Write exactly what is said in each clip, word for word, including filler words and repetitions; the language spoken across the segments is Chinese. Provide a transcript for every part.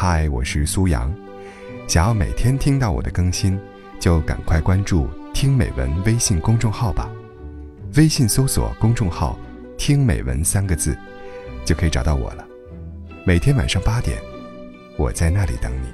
嗨，我是苏阳。想要每天听到我的更新，就赶快关注听美文微信公众号吧。微信搜索公众号听美文三个字，就可以找到我了。每天晚上八点，我在那里等你。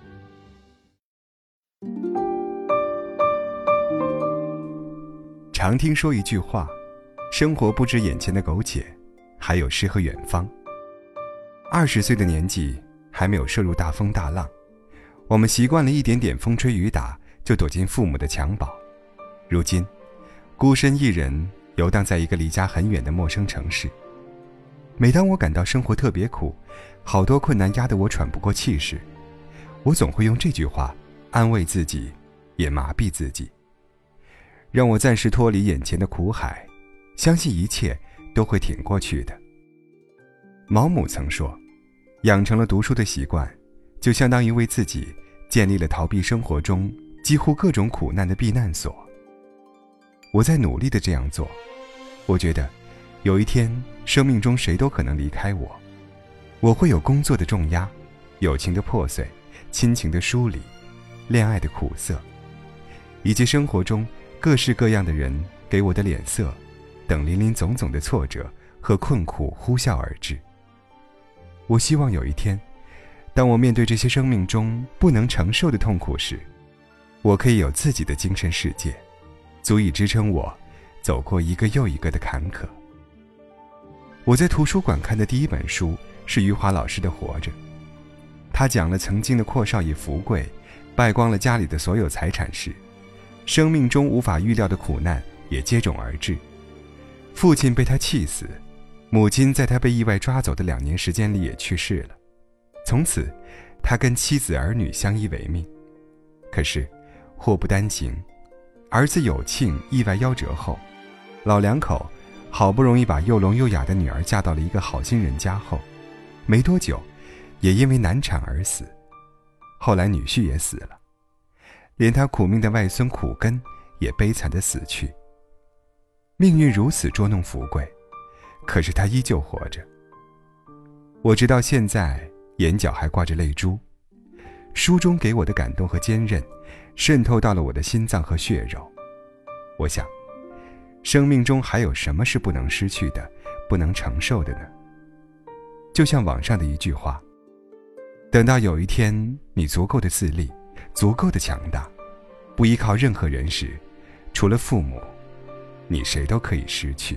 常听说一句话，生活不止眼前的苟且，还有诗和远方。二十岁的年纪还没有涉入大风大浪，我们习惯了一点点风吹雨打就躲进父母的襁褓。如今孤身一人游荡在一个离家很远的陌生城市，每当我感到生活特别苦，好多困难压得我喘不过气时，我总会用这句话安慰自己，也麻痹自己，让我暂时脱离眼前的苦海，相信一切都会挺过去的。毛姆曾说，养成了读书的习惯，就相当于为自己建立了逃避生活中几乎各种苦难的避难所。我在努力地这样做，我觉得有一天生命中谁都可能离开我，我会有工作的重压，友情的破碎，亲情的疏离，恋爱的苦涩，以及生活中各式各样的人给我的脸色等林林总总的挫折和困苦呼啸而至。我希望有一天，当我面对这些生命中不能承受的痛苦时，我可以有自己的精神世界，足以支撑我走过一个又一个的坎坷。我在图书馆看的第一本书是余华老师的《活着》，他讲了曾经的阔少爷福贵败光了家里的所有财产时，生命中无法预料的苦难也接踵而至。父亲被他气死，母亲在他被意外抓走的两年时间里也去世了，从此他跟妻子儿女相依为命。可是祸不单行，儿子有庆意外夭折后，老两口好不容易把又聋又哑的女儿嫁到了一个好心人家后，没多久也因为难产而死。后来女婿也死了，连他苦命的外孙苦根也悲惨地死去。命运如此捉弄福贵，可是他依旧活着。我直到现在眼角还挂着泪珠，书中给我的感动和坚韧渗透到了我的心脏和血肉。我想，生命中还有什么是不能失去的，不能承受的呢？就像网上的一句话，等到有一天你足够的自立，足够的强大，不依靠任何人时，除了父母，你谁都可以失去。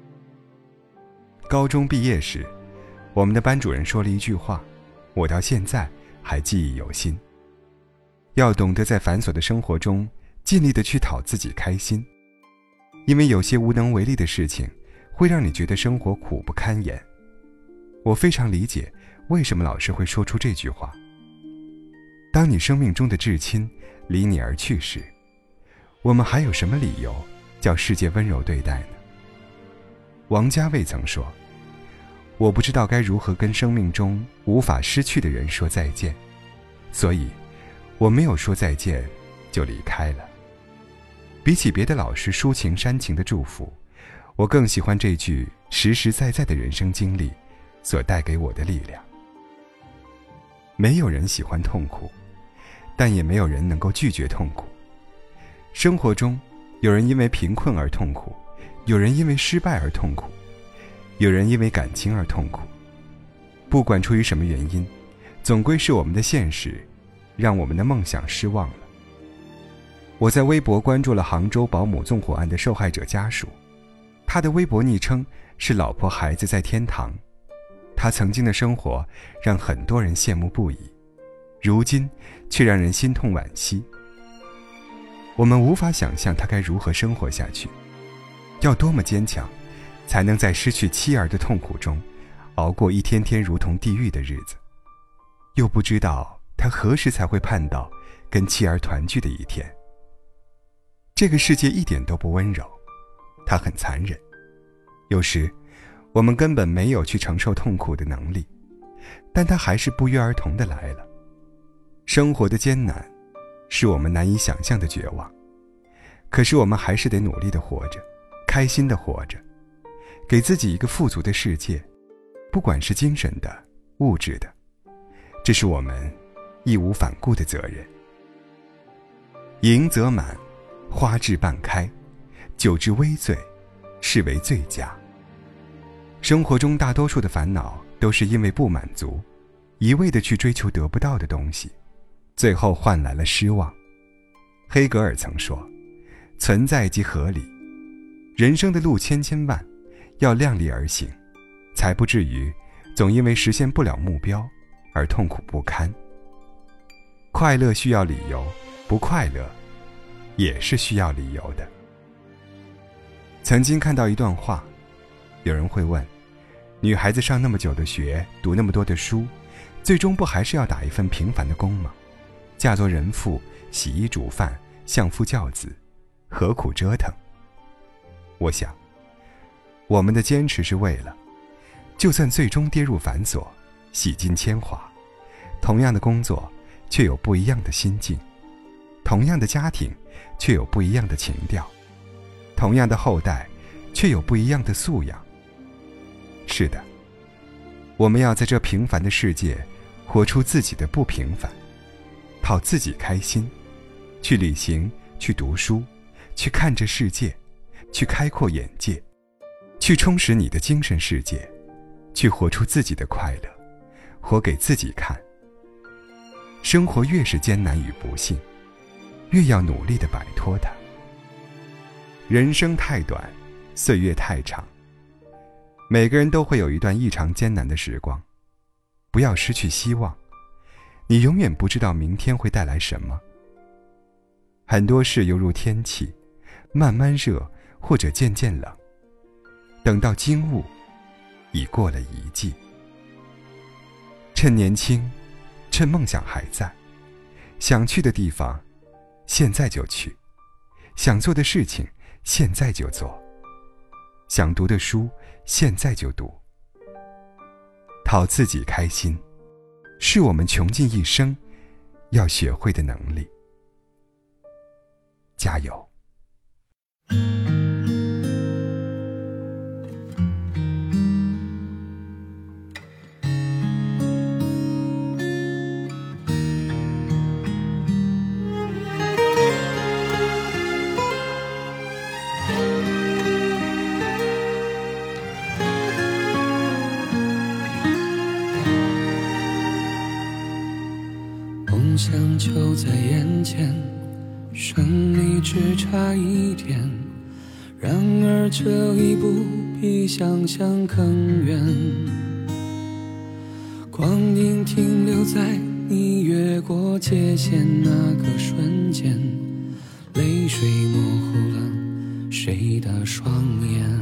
高中毕业时，我们的班主任说了一句话，我到现在还记忆犹新。要懂得在繁琐的生活中尽力地去讨自己开心，因为有些无能为力的事情会让你觉得生活苦不堪言。我非常理解为什么老师会说出这句话。当你生命中的至亲离你而去时，我们还有什么理由叫世界温柔对待呢？王家卫曾说，我不知道该如何跟生命中无法失去的人说再见，所以我没有说再见就离开了。比起别的老师抒情煽情的祝福，我更喜欢这句实实在在的人生经历所带给我的力量。没有人喜欢痛苦，但也没有人能够拒绝痛苦。生活中有人因为贫困而痛苦，有人因为失败而痛苦，有人因为感情而痛苦。不管出于什么原因，总归是我们的现实让我们的梦想失望了。我在微博关注了杭州保姆纵火案的受害者家属，他的微博昵称是老婆孩子在天堂。他曾经的生活让很多人羡慕不已，如今却让人心痛惋惜。我们无法想象他该如何生活下去，要多么坚强，才能在失去妻儿的痛苦中熬过一天天如同地狱的日子，又不知道他何时才会盼到跟妻儿团聚的一天。这个世界一点都不温柔，它很残忍。有时我们根本没有去承受痛苦的能力，但它还是不约而同地来了。生活的艰难是我们难以想象的绝望，可是我们还是得努力地活着，开心地活着，给自己一个富足的世界，不管是精神的、物质的。 这是我们义无反顾的责任。盈则满，花至半开，酒至微醉，是为最佳。生活中大多数的烦恼都是因为不满足，一味地去追求得不到的东西，最后换来了失望。黑格尔曾说，存在即合理，人生的路千千万，要量力而行，才不至于总因为实现不了目标而痛苦不堪。快乐需要理由，不快乐也是需要理由的。曾经看到一段话，有人会问，女孩子上那么久的学，读那么多的书，最终不还是要打一份平凡的工吗？嫁作人妇，洗衣煮饭，相夫教子，何苦折腾？我想，我们的坚持是为了，就算最终跌入繁琐，洗尽铅华，同样的工作却有不一样的心境，同样的家庭却有不一样的情调，同样的后代却有不一样的素养。是的，我们要在这平凡的世界活出自己的不平凡，讨自己开心，去旅行，去读书，去看这世界，去开阔眼界，去充实你的精神世界，去活出自己的快乐，活给自己看。生活越是艰难与不幸，越要努力地摆脱它。人生太短，岁月太长，每个人都会有一段异常艰难的时光，不要失去希望，你永远不知道明天会带来什么。很多事犹如天气，慢慢热或者渐渐冷，等到惊悟，已过了一季。趁年轻，趁梦想还在，想去的地方现在就去，想做的事情现在就做，想读的书现在就读。讨自己开心，是我们穷尽一生要学会的能力。加油！ 梦想就在眼前，胜利只差一点，然而这一步比想象更远。光阴停留在你越过界限那个瞬间，泪水模糊了谁的双眼。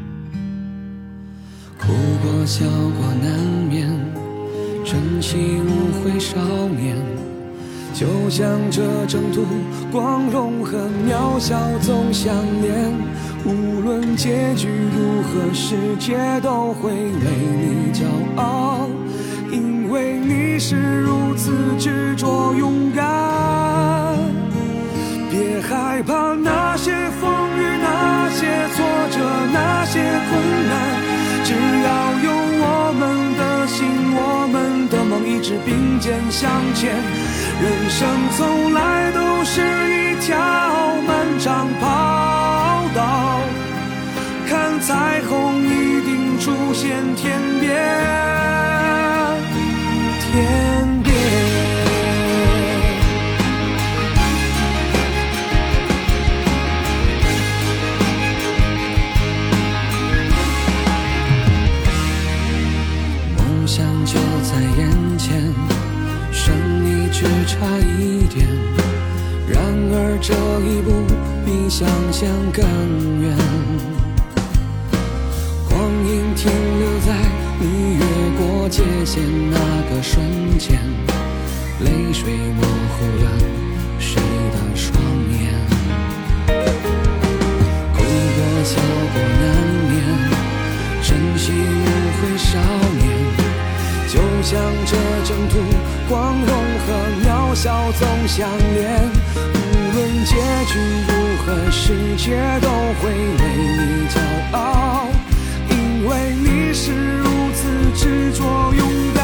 哭过笑过难免，珍惜无悔少年，就像这征途光荣和渺小总相连。无论结局如何，世界都会为你骄傲，因为你是如此执着勇敢。别害怕那些风雨，那些挫折，那些困难，只要有我们的心，我们的梦一直并肩向前。人生从来都是一条漫长跑道，看彩虹一定出现天边，天边。梦想就在眼前，胜利只差一点，然而这一步比想象更远。光阴停留在你越过界限那个瞬间，泪水模糊了谁的双眼。哭过笑过难免，珍惜无悔少年，就像这征途光荣和渺小总相连。无论结局如何，世界都会为你骄傲，因为你是如此执着勇敢。